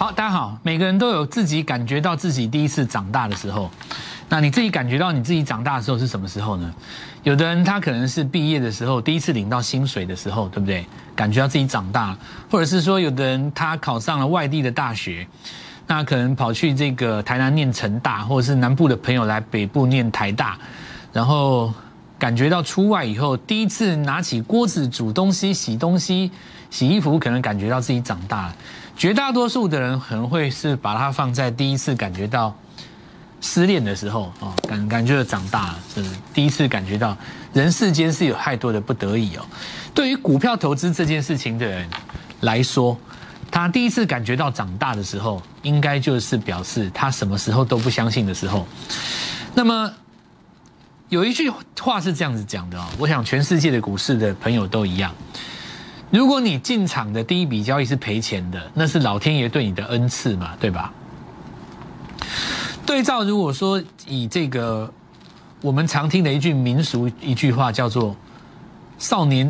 好，大家好，每个人都有自己感觉到自己第一次长大的时候。那你自己感觉到你自己长大的时候是什么时候呢？有的人他可能是毕业的时候，第一次领到薪水的时候，对不对？感觉到自己长大了，或者是说有的人他考上了外地的大学，那可能跑去这个台南念成大，或者是南部的朋友来北部念台大，然后感觉到出外以后，第一次拿起锅子煮东西、洗东西、洗衣服，可能感觉到自己长大了。绝大多数的人可能会是把它放在第一次感觉到失恋的时候哦，感觉长大了，是第一次感觉到人世间是有太多的不得已哦。对于股票投资这件事情的人来说，他第一次感觉到长大的时候，应该就是表示他什么时候都不相信的时候。那么有一句话是这样子讲的哦，我想全世界的股市的朋友都一样。如果你进场的第一笔交易是赔钱的，那是老天爷对你的恩赐嘛，对吧？对照如果说以这个我们常听的一句民俗一句话叫做少年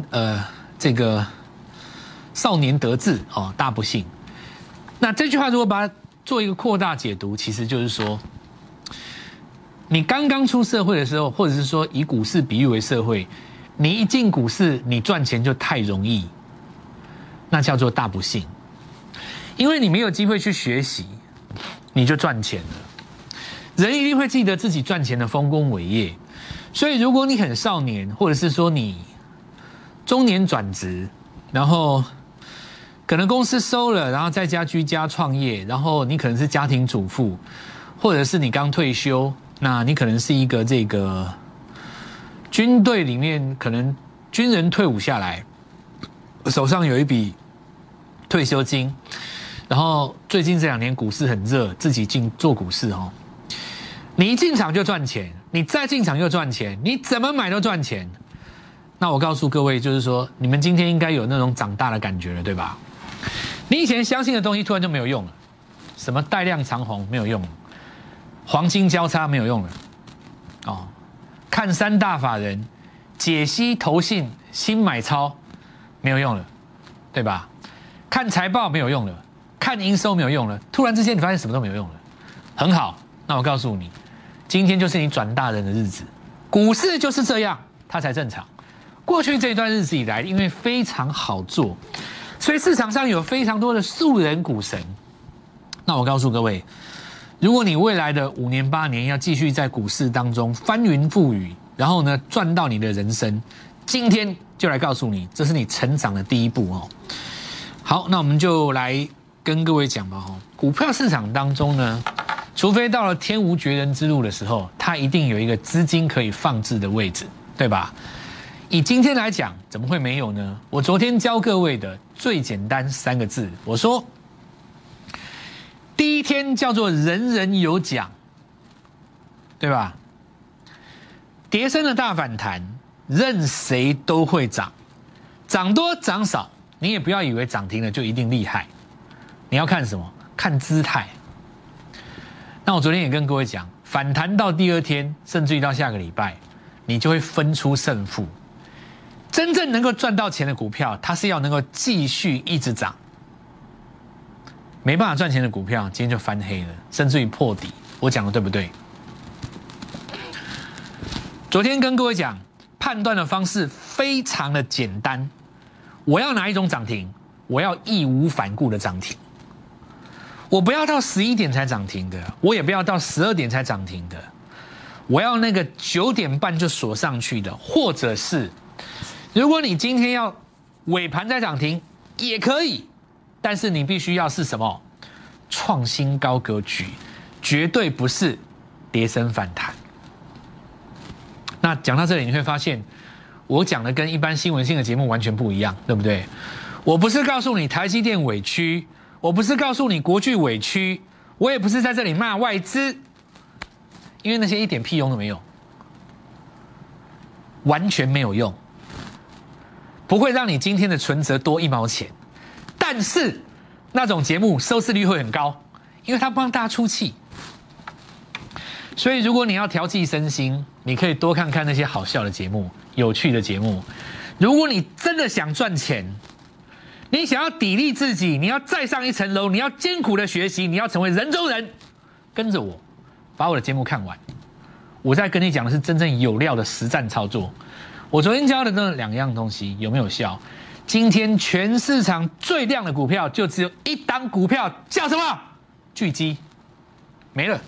得志哦，大不幸。那这句话如果把它做一个扩大解读，其实就是说，你刚刚出社会的时候，或者是说以股市比喻为社会，你一进股市，你赚钱就太容易，那叫做大不幸，因为你没有机会去学习，你就赚钱了。人一定会记得自己赚钱的丰功伟业，所以如果你很少年，或者是说你中年转职，然后可能公司收了，然后在家居家创业，然后你可能是家庭主妇，或者是你刚退休，那你可能是一个这个军队里面可能军人退伍下来，手上有一笔退休金，然后最近这2年股市很热，自己做股市哦。你一进场就赚钱，你再进场又赚钱，你怎么买都赚钱。那我告诉各位，就是说，你们今天应该有那种长大的感觉了，对吧？你以前相信的东西突然就没有用了，什么带量长红没有用了，黄金交叉没有用了，哦，看3大法人解析投信新买超没有用了，对吧？看财报没有用了，看营收没有用了，突然之间你发现什么都没有用了，很好。那我告诉你，今天就是你转大人的日子，股市就是这样，它才正常。过去这一段日子以来，因为非常好做，所以市场上有非常多的素人股神。那我告诉各位，如果你未来的5年8年要继续在股市当中翻云覆雨，然后呢赚到你的人生，今天就来告诉你，这是你成长的第一步哦。好，那我们就来跟各位讲吧哦，股票市场当中呢，除非到了天无绝人之路的时候，它一定有一个资金可以放置的位置，对吧？以今天来讲，怎么会没有呢？我昨天教各位的最简单3个字，我说第一天叫做人人有奖，对吧？跌升的大反弹，任谁都会涨，涨多涨少，你也不要以为涨停了就一定厉害，你要看什么？看姿态。那我昨天也跟各位讲，反弹到第2天，甚至于到下个礼拜，你就会分出胜负。真正能够赚到钱的股票，它是要能够继续一直涨。没办法赚钱的股票，今天就翻黑了，甚至于破底。我讲的对不对？昨天跟各位讲，判断的方式非常的简单。我要哪一种涨停？我要义无反顾的涨停。我不要到11点才涨停的，我也不要到12点才涨停的，我要那个9点半就锁上去的，或者是如果你今天要尾盘再涨停也可以，但是你必须要是什么？创新高格局，绝对不是跌升反弹。那讲到这里，你会发现我讲的跟一般新闻性的节目完全不一样，对不对？我不是告诉你台积电委屈，我不是告诉你国巨委屈，我也不是在这里骂外资，因为那些一点屁用都没有，完全没有用，不会让你今天的存折多1毛钱，但是那种节目收视率会很高，因为它帮大家出气。所以如果你要调剂身心，你可以多看看那些好笑的节目、有趣的节目。如果你真的想赚钱， 你想要砥砺自己，你要再上一层楼，你要艰苦的学习，你要成为人中人，跟着我，把我的节目看完。我在跟你讲的是真正有料的实战操作。我昨天教的那2样东西有没有效？今天全市场最亮的股票就只有一档股票，叫什么？巨基，没了。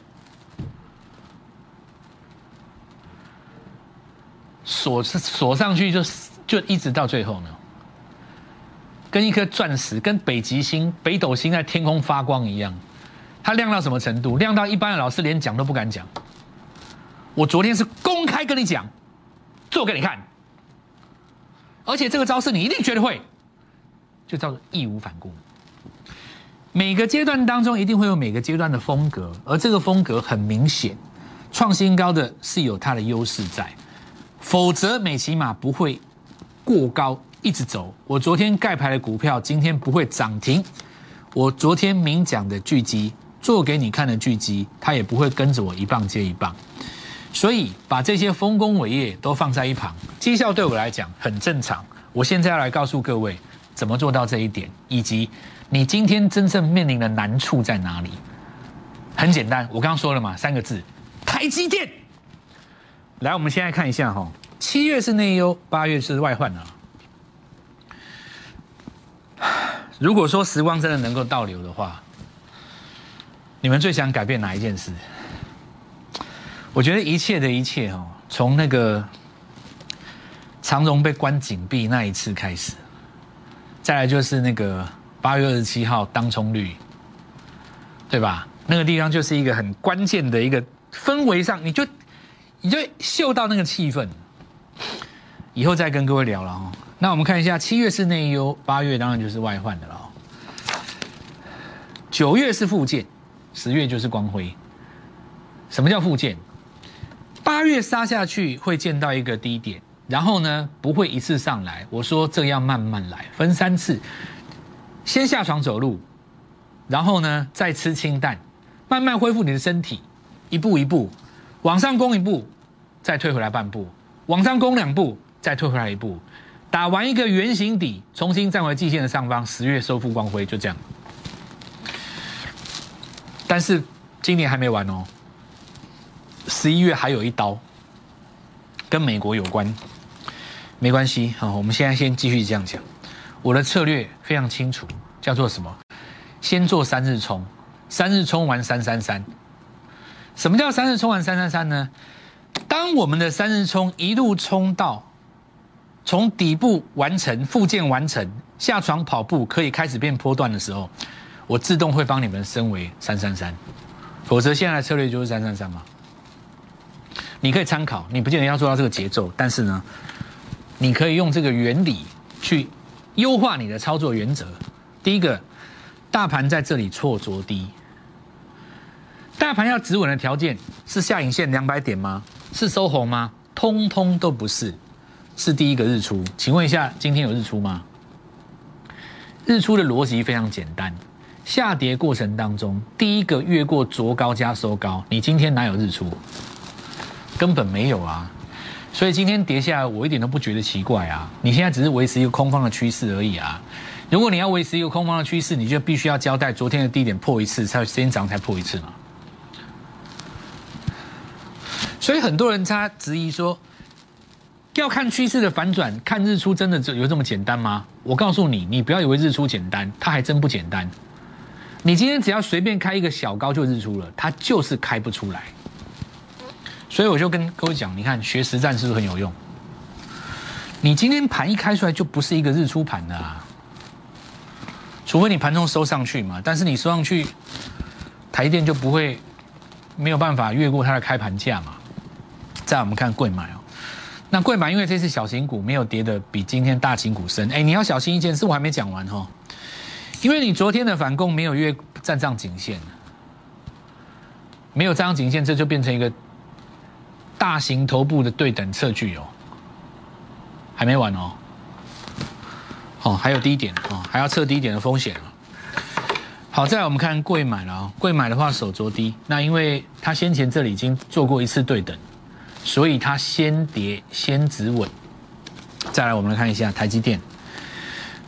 锁上去就一直到最后呢，跟一颗钻石，跟北极星、北斗星在天空发光一样。它亮到什么程度？亮到一般的老师连讲都不敢讲。我昨天是公开跟你讲，做给你看，而且这个招式你一定学得会，就叫做义无反顾。每个阶段当中一定会有每个阶段的风格，而这个风格很明显，创新高的是有它的优势在，否则美骑马不会过高一直走。我昨天盖牌的股票今天不会涨停，我昨天明讲的巨基，做给你看的巨基，它也不会跟着我一棒接一棒。所以把这些丰功伟业都放在一旁，绩效对我来讲很正常。我现在要来告诉各位怎么做到这一点，以及你今天真正面临的难处在哪里。很简单，我刚刚说了嘛，3个字：台积电。来，我们现在看一下哈，7月是内忧，8月是外患啊。如果说时光真的能够倒流的话，你们最想改变哪一件事？我觉得一切的一切哦，从那个长荣被关紧闭那一次开始，再来就是那个8月27号当冲率，对吧？那个地方就是一个很关键的一个氛围上，你就嗅到那个气氛。以后再跟各位聊了哦。那我们看一下，7月是内忧，8月当然就是外患的了哦。9月是复健，10月就是光辉。什么叫复健？8月杀下去会见到一个低点，然后呢不会一次上来。我说这要慢慢来，分3次，先下床走路，然后呢再吃清淡，慢慢恢复你的身体，一步一步往上攻一步，再退回来半步，往上攻2步，再退回来1步，打完一个圆形底，重新站回季线的上方，10月收复光辉，就这样。但是今年还没完哦。11月还有一刀，跟美国有关，没关系。好，我们现在先继续这样讲。我的策略非常清楚，叫做什么？先做3日冲，3日冲完333。什么叫3日冲完333呢？当我们的3日冲一路冲到从底部完成、复健完成、下床跑步可以开始变波段的时候，我自动会帮你们升为333。否则现在的策略就是333嘛。你可以参考，你不见得要做到这个节奏，但是呢，你可以用这个原理去优化你的操作原则。第一个，大盘在这里错着低，大盘要止稳的条件是下影线200点吗？是收红吗？通通都不是，是第一个日出。请问一下，今天有日出吗？日出的逻辑非常简单，下跌过程当中，第一个越过昨高加收高，你今天哪有日出？根本没有啊，所以今天跌下来，我一点都不觉得奇怪啊。你现在只是维持一个空方的趋势而已啊。如果你要维持一个空方的趋势，你就必须要交代昨天的低点破一次，才有时间涨才破一次嘛。所以很多人他质疑说，要看趋势的反转，看日出真的有这么简单吗？我告诉你，你不要以为日出简单，它还真不简单。你今天只要随便开一个小高就日出了，它就是开不出来。所以我就跟各位讲，你看学实战是不是很有用？你今天盘一开出来就不是一个日出盘的啊，除非你盘中收上去嘛。但是你收上去，台电就不会没有办法越过它的开盘价嘛。再来我们看贵买哦，那贵买因为这次小型股没有跌的比今天大型股深，你要小心一件事，我还没讲完哦，因为你昨天的反攻没有越站上颈线，没有站上颈线，这就变成一个大型头部的对等测距哦，还没完哦，还有低点哦，还要测低点的风险哦。好，再来我们看贵买了啊，贵买的话手着低，那因为它先前这里已经做过一次对等，所以它先跌先止稳。再来我们来看一下台积电，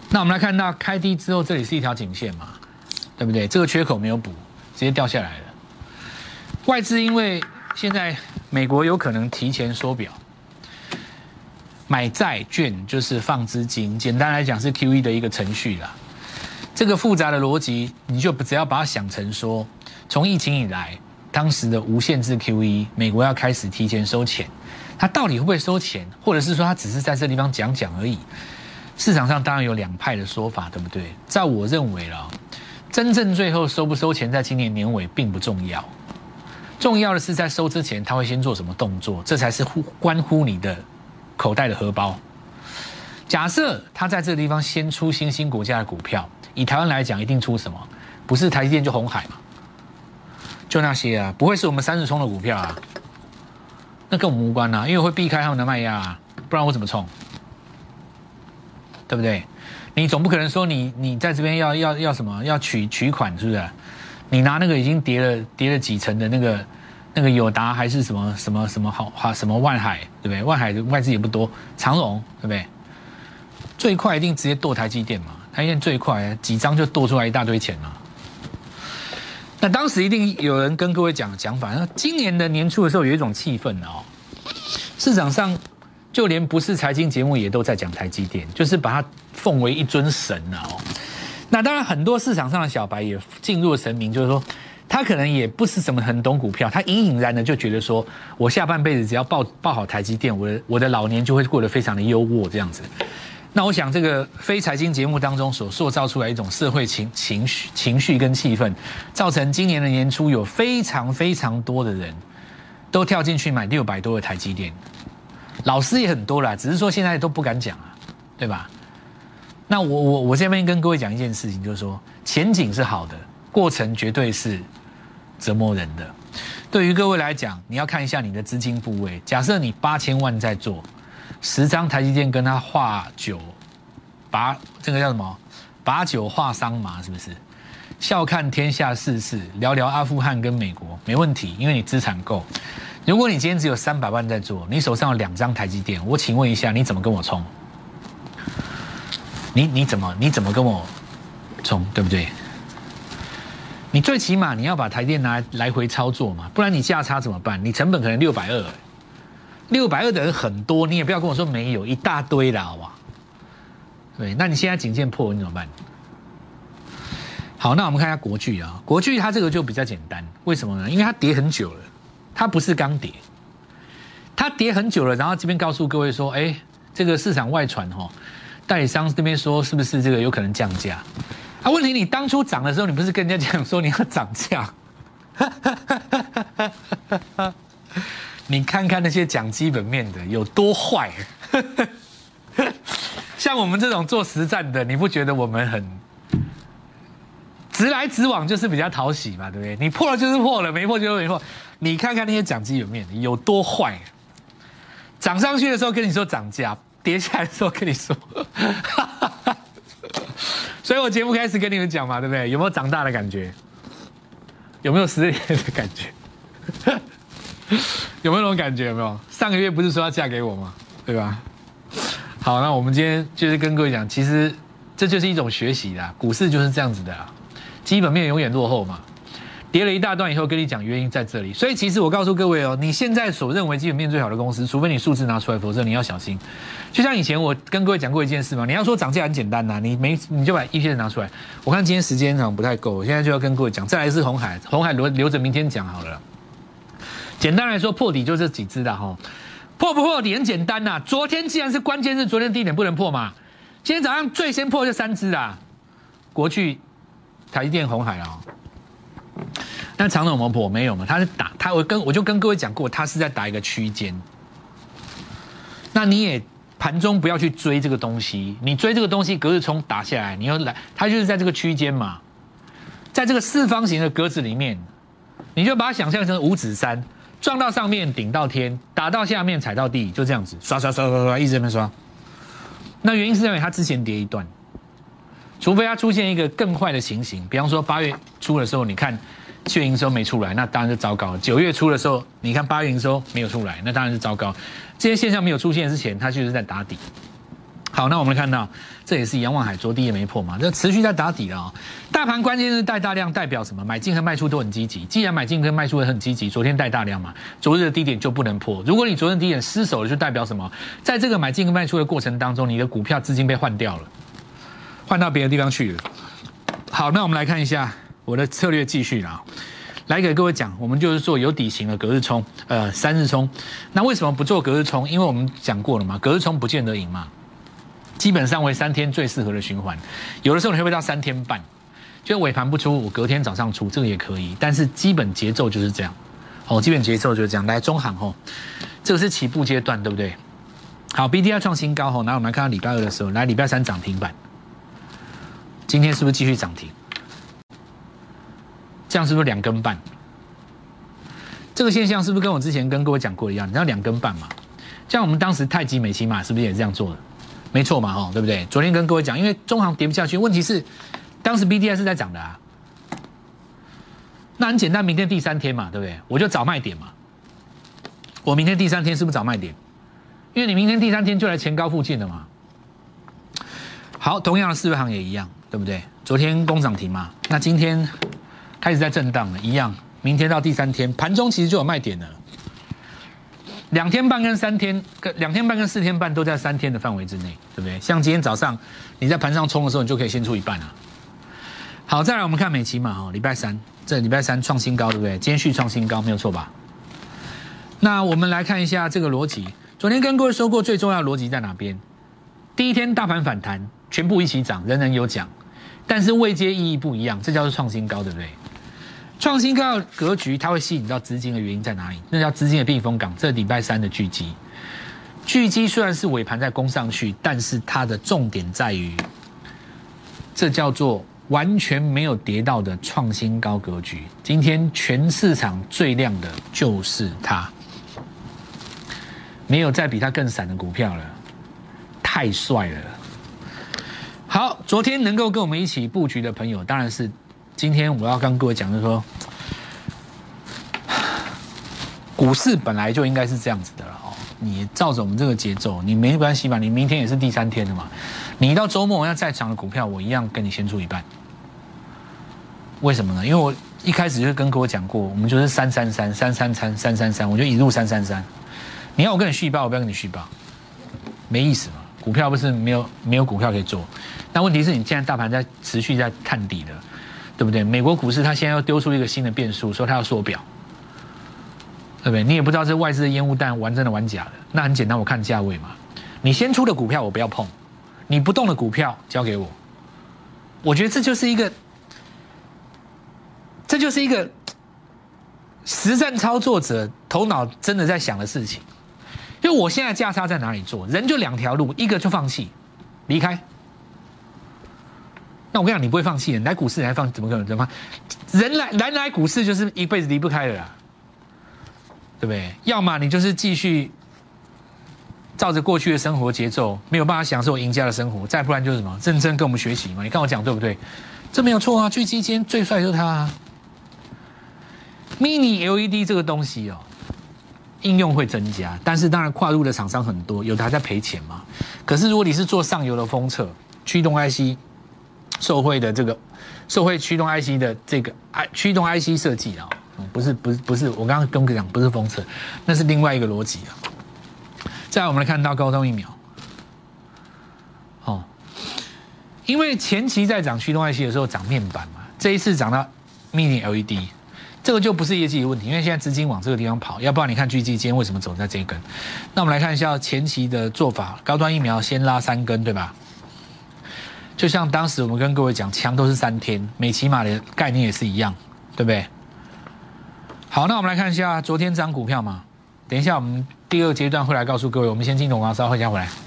那我们来看到开低之后，这里是一条颈线嘛，对不对？这个缺口没有补，直接掉下来了。外资因为现在美国有可能提前缩表，买债券就是放资金，简单来讲是 QE 的一个程序啦。这个复杂的逻辑，你就只要把它想成说，从疫情以来，当时的无限制 QE， 美国要开始提前收钱，它到底会不会收钱，或者是说它只是在这地方讲讲而已？市场上当然有两派的说法，对不对？在我认为啦，真正最后收不收钱，在今年年尾并不重要，重要的是在收之前，他会先做什么动作，这才是关乎你的口袋的荷包。假设他在这个地方先出新兴国家的股票，以台湾来讲，一定出什么？不是台积电就鸿海嘛，就那些啊，不会是我们30冲的股票啊，那跟我们无关啊，因为会避开他们的卖压啊，不然我怎么冲？对不对？你总不可能说你在这边要什么要取款是不是？你拿那个已经跌了几成的那个友达还是什么好什么万海对不对？万海的外资也不多，长荣对不对？最快一定直接剁台积电嘛，台积电最快几张就剁出来一大堆钱嘛。那当时一定有人跟各位讲法，那今年的年初的时候有一种气氛哦，市场上。就连不是财经节目也都在讲台积电，就是把它奉为一尊神啊！那当然，很多市场上的小白也进入了神明，就是说，他可能也不是什么很懂股票，他隐隐然的就觉得说，我下半辈子只要抱好台积电，我的老年就会过得非常的优渥这样子。那我想，这个非财经节目当中所塑造出来一种社会情绪跟气氛，造成今年的年初有非常非常多的人都跳进去买600多的台积电。老师也很多啦，只是说现在都不敢讲啊，对吧？那我这边跟各位讲一件事情，就是说前景是好的，过程绝对是折磨人的。对于各位来讲，你要看一下你的资金部位。假设你8000万在做，10张台积电跟他画9，这个叫什么？把酒话桑麻，是不是？笑看天下世事，聊聊阿富汗跟美国，没问题，因为你资产够。如果你今天只有300万在做，你手上有2张台积电，我请问一下，你怎么跟我冲？你怎么跟我冲？对不对？你最起码你要把台电拿来回操作嘛，不然你价差怎么办？你成本可能620，620的人很多，你也不要跟我说没有，一大堆啦，好不好？对，那你现在颈线破，你怎么办？好，那我们看一下国巨啊，国巨它这个就比较简单，为什么呢？因为它跌很久了。它不是刚跌，它跌很久了，然后这边告诉各位说，哎，这个市场外传代理商这边说是不是这个有可能降价？啊，问题你当初涨的时候，你不是跟人家讲说你要涨价？你看看那些讲基本面的有多坏，像我们这种做实战的，你不觉得我们很直来直往，就是比较讨喜嘛，对不对？你破了就是破了，没破就是没破。你看看那些讲基本面的有多坏，涨上去的时候跟你说涨价，跌下来的时候跟你说，所以我节目开始跟你们讲嘛，对不对？有没有长大的感觉？有没有失恋的感觉？有没有那种感觉？有没有？上个月不是说要嫁给我吗？对吧？好，那我们今天就是跟各位讲，其实这就是一种学习啦，股市就是这样子的啦，基本面永远落后嘛。跌了一大段以后，跟你讲原因在这里。所以其实我告诉各位哦，你现在所认为基本面最好的公司，除非你数字拿出来，否则你要小心。就像以前我跟各位讲过一件事嘛，你要说涨价很简单呐，你就把EPS拿出来。我看今天时间好像不太够，我现在就要跟各位讲。再来是鸿海留着明天讲好了。简单来说，破底就这几只的哈，破不破底很简单呐。昨天既然是关键是昨天低点不能破嘛，今天早上最先破就3只啦，国巨、台积电、鸿海啊。那长荣有没有破？没有嘛，他是打他，我就跟各位讲过，他是在打一个区间。那你也盘中不要去追这个东西，你追这个东西隔日冲打下来，你要来，它就是在这个区间嘛，在这个四方形的格子里面，你就把它想象成五指山，撞到上面顶到天，打到下面踩到地，就这样子刷刷刷刷刷，一直在那边刷。那原因是因为它之前跌一段，除非它出现一个更坏的情形，比方说8月初的时候，你看7月营收没出来，那当然是糟糕了。9月初的时候，你看8月营收没有出来，那当然是糟糕。这些现象没有出现之前，它就是在打底。 好，那我们看到这也是一样，望海着地也没破嘛，这持续在打底了啊。大盘关键是带大量，代表什么？买进和卖出都很积极。既然买进跟卖出也很积极，昨天带大量嘛，昨日的低点就不能破。如果你昨日低点失守了，就代表什么？在这个买进跟卖出的过程当中，你的股票资金被换掉了，换到别的地方去了。好，那我们来看一下我的策略继续啦。来给各位讲，我们就是做有底型的隔日冲，3日冲。那为什么不做隔日冲？因为我们讲过了嘛，隔日冲不见得赢嘛。基本上为3天最适合的循环，有的时候你会到3天半，就尾盘不出，我隔天早上出，这个也可以。但是基本节奏就是这样，基本节奏就是这样。来中航这个是起步阶段，对不对？好 ，BDI 创新高然后我们来看到礼拜2的时候，来礼拜3涨停板，今天是不是继续涨停？这样是不是2根半？这个现象是不是跟我之前跟各位讲过一样？你知道2根半嘛？像我们当时太极、美琪玛是不是也这样做的？没错嘛，对不对？昨天跟各位讲，因为中航跌不下去，问题是当时 BDI 是在涨的啊。那很简单，明天第3天嘛，对不对？我就找卖点嘛。我明天第3天是不是找卖点？因为你明天第3天就来前高附近了嘛。好，同样的4维行也一样，对不对？昨天攻涨停嘛，那今天开始在震荡了，一样。明天到第3天，盘中其实就有卖点了。2天半跟3天，2天半跟4天半都在3天的范围之内，对不对？像今天早上你在盘上冲的时候，你就可以先出一半啊。好，再来我们看美琪嘛，礼拜3，这礼拜3创新高，对不对？今天续创新高，没有错吧？那我们来看一下这个逻辑。昨天跟各位说过，最重要的逻辑在哪边？第一天大盘反弹，全部一起涨，人人有奖，但是位阶意义不一样，这叫做创新高，对不对？创新高的格局，它会吸引到资金的原因在哪里？那叫资金的避风港。这礼拜3的巨基，巨基虽然是尾盘在攻上去，但是它的重点在于，这叫做完全没有跌到的创新高格局。今天全市场最亮的就是它，没有再比它更闪的股票了，太帅了。好，昨天能够跟我们一起布局的朋友，当然是。今天我要跟各位讲，就是说，股市本来就应该是这样子的了你照着我们这个节奏，你没关系吧？你明天也是第3天的嘛。你到周末要再涨的股票，我一样跟你先出一半。为什么呢？因为我一开始就跟各位讲过，我们就是333、333、333，我就一路333。你要我跟你续报，我不要跟你续报，没意思嘛。股票不是没有股票可以做，但问题是你现在大盘在持续在探底了。对不对？美国股市它现在又丢出一个新的变数，说它要缩表，对不对？你也不知道这外资的烟雾弹玩真的玩假的。那很简单，我看价位嘛。你先出的股票我不要碰，你不动的股票交给我。我觉得这就是一个实战操作者头脑真的在想的事情。因为我现在价差在哪里做？人就2条路，一个就放弃，离开。那我跟你讲，你不会放弃的。你来股市，你还放，怎么可能？怎么人来股市就是一辈子离不开的啦，对不对？要么你就是继续照着过去的生活节奏，没有办法享受赢家的生活；再不然就是什么，认真跟我们学习嘛。你看我讲对不对？这没有错啊。巨基今天最帅就是他Mini LED 这个东西应用会增加，但是当然跨入的厂商很多，有的还在赔钱嘛。可是如果你是做上游的封测、驱动 IC。受惠驱动 IC 的这个驱动 IC 设计不是，我刚刚跟你讲不是封测，那是另外一个逻辑再来我们来看到高通疫苗，因为前期在涨驱动 IC 的时候涨面板嘛，这一次涨到 Mini LED， 这个就不是业绩的问题，因为现在资金往这个地方跑，要不然你看巨基今天为什么走在这一根？那我们来看一下前期的做法，高端疫苗先拉3根，对吧？就像当时我们跟各位讲，强都是3天，美琪玛的概念也是一样，对不对？好，那我们来看一下昨天涨股票嘛。等一下我们第2个阶段会来告诉各位，我们先进广告，稍后再回来。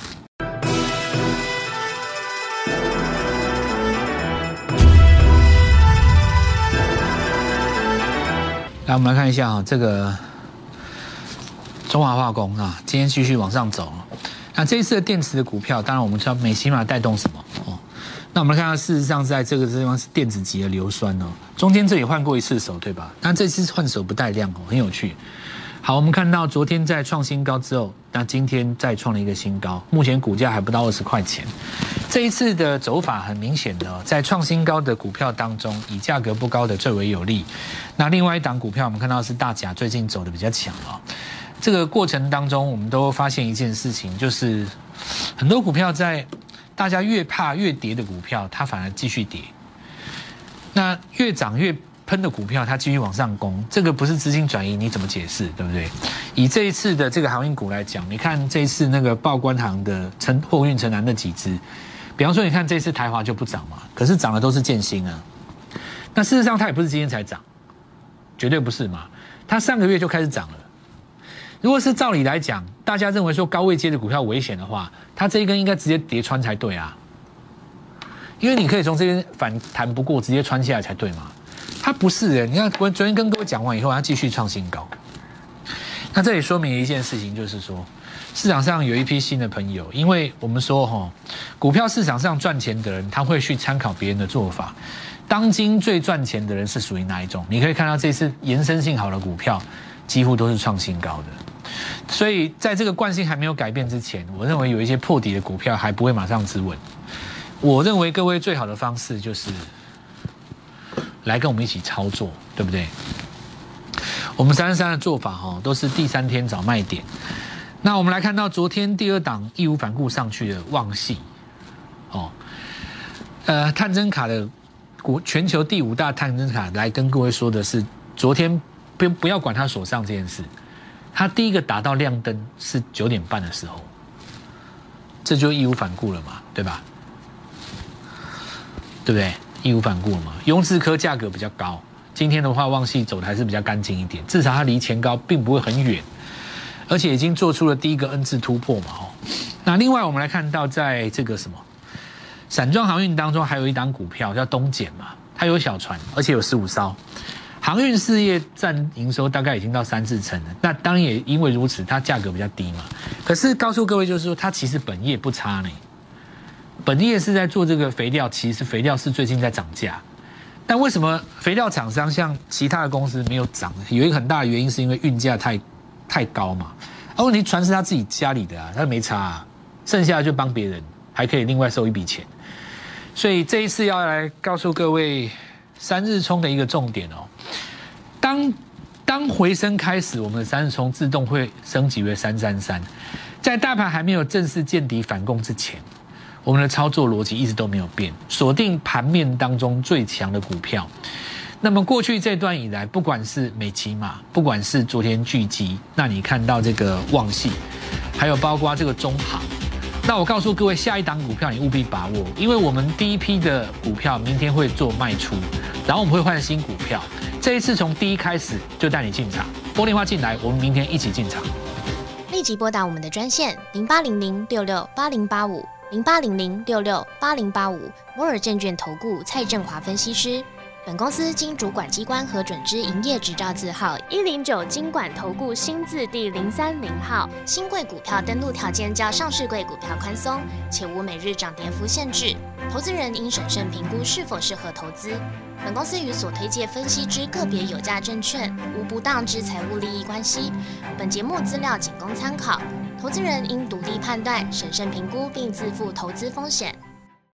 来，我们来看一下这个中华化工今天继续往上走。那这一次的电池的股票，当然我们知道美琪玛带动什么那我们看到，事实上在这个地方是电子级的硫酸中间这里换过一次手，对吧？那这次换手不带量很有趣。 好，我们看到昨天在创新高之后，那今天再创了一个新高，目前股价还不到20块钱。这一次的走法很明显的，在创新高的股票当中，以价格不高的最为有利。那另外一档股票，我们看到是大甲最近走的比较强啊。这个过程当中，我们都发现一件事情，就是很多股票在大家越怕越跌的股票，它反而继续跌。那越涨越喷的股票，它继续往上攻，这个不是资金转移，你怎么解释，对不对？以这一次的这个航运股来讲，你看这一次那个报关行的货运承揽那几只，比方说你看这次台华就不涨嘛，可是涨的都是建新啊。那事实上它也不是今天才涨，绝对不是嘛，它上个月就开始涨了。如果是照理来讲，大家认为说高位接的股票危险的话，它这一根应该直接跌穿才对啊，因为你可以从这边反弹不过直接穿下来才对嘛。它不是的，你看我昨天跟各位讲完以后，它继续创新高。那这里说明一件事情，就是说市场上有一批新的朋友，因为我们说股票市场上赚钱的人，他会去参考别人的做法。当今最赚钱的人是属于哪一种？你可以看到这次延伸性好的股票，几乎都是创新高的。所以在这个惯性还没有改变之前，我认为有一些破底的股票还不会马上止稳。我认为各位最好的方式就是来跟我们一起操作，对不对？我们333的做法都是第3天找卖点。那我们来看到昨天第2档义无反顾上去的旺矽，探针卡的全球第5大探针卡，来跟各位说的是，昨天不要管它手上这件事，它第一个打到亮灯是9点半的时候，这就义无反顾了嘛，对吧？对不对？义无反顾了嘛。雍智科价格比较高，今天的话旺矽走的还是比较干净一点，至少它离前高并不会很远，而且已经做出了第一个 N 字突破嘛。那另外我们来看到，在这个什么散装航运当中，还有一档股票叫东碱嘛，它有小船，而且有15艘。航运事业占营收大概已经到3-4成了，那当然也因为如此，它价格比较低嘛。可是告诉各位，就是说它其实本业不差呢。本业是在做这个肥料，其实肥料是最近在涨价。但为什么肥料厂商像其他的公司没有涨？有一个很大的原因是因为运价太高嘛。问题船是他自己家里的啊，他没差啊，剩下的就帮别人，还可以另外收一笔钱。所以这一次要来告诉各位3日冲的一个重点哦。当回升开始，我们的3日冲自动会升级为333。在大盘还没有正式见底反攻之前，我们的操作逻辑一直都没有变，锁定盘面当中最强的股票。那么过去这段以来，不管是美骑马，不管是昨天巨基，那你看到这个旺矽，还有包括这个中航，那我告诉各位，下一档股票你务必把握，因为我们第一批的股票明天会做卖出，然后我们会换新股票。这一次从第一开始就带你进场，拨电话进来，我们明天一起进场。 立即拨打我们的专线08006680850800668085摩尔证券投顾蔡正华分析师。本公司经主管机关核准之营业执照字号109金管投顾新字第030号。新贵股票登录条件较上市贵股票宽松，且无每日涨跌幅限制。投资人应审慎评估是否适合投资。本公司与所推介分析之个别有价证券无不当之财务利益关系。本节目资料仅供参考，投资人应独立判断、审慎评估并自负投资风险。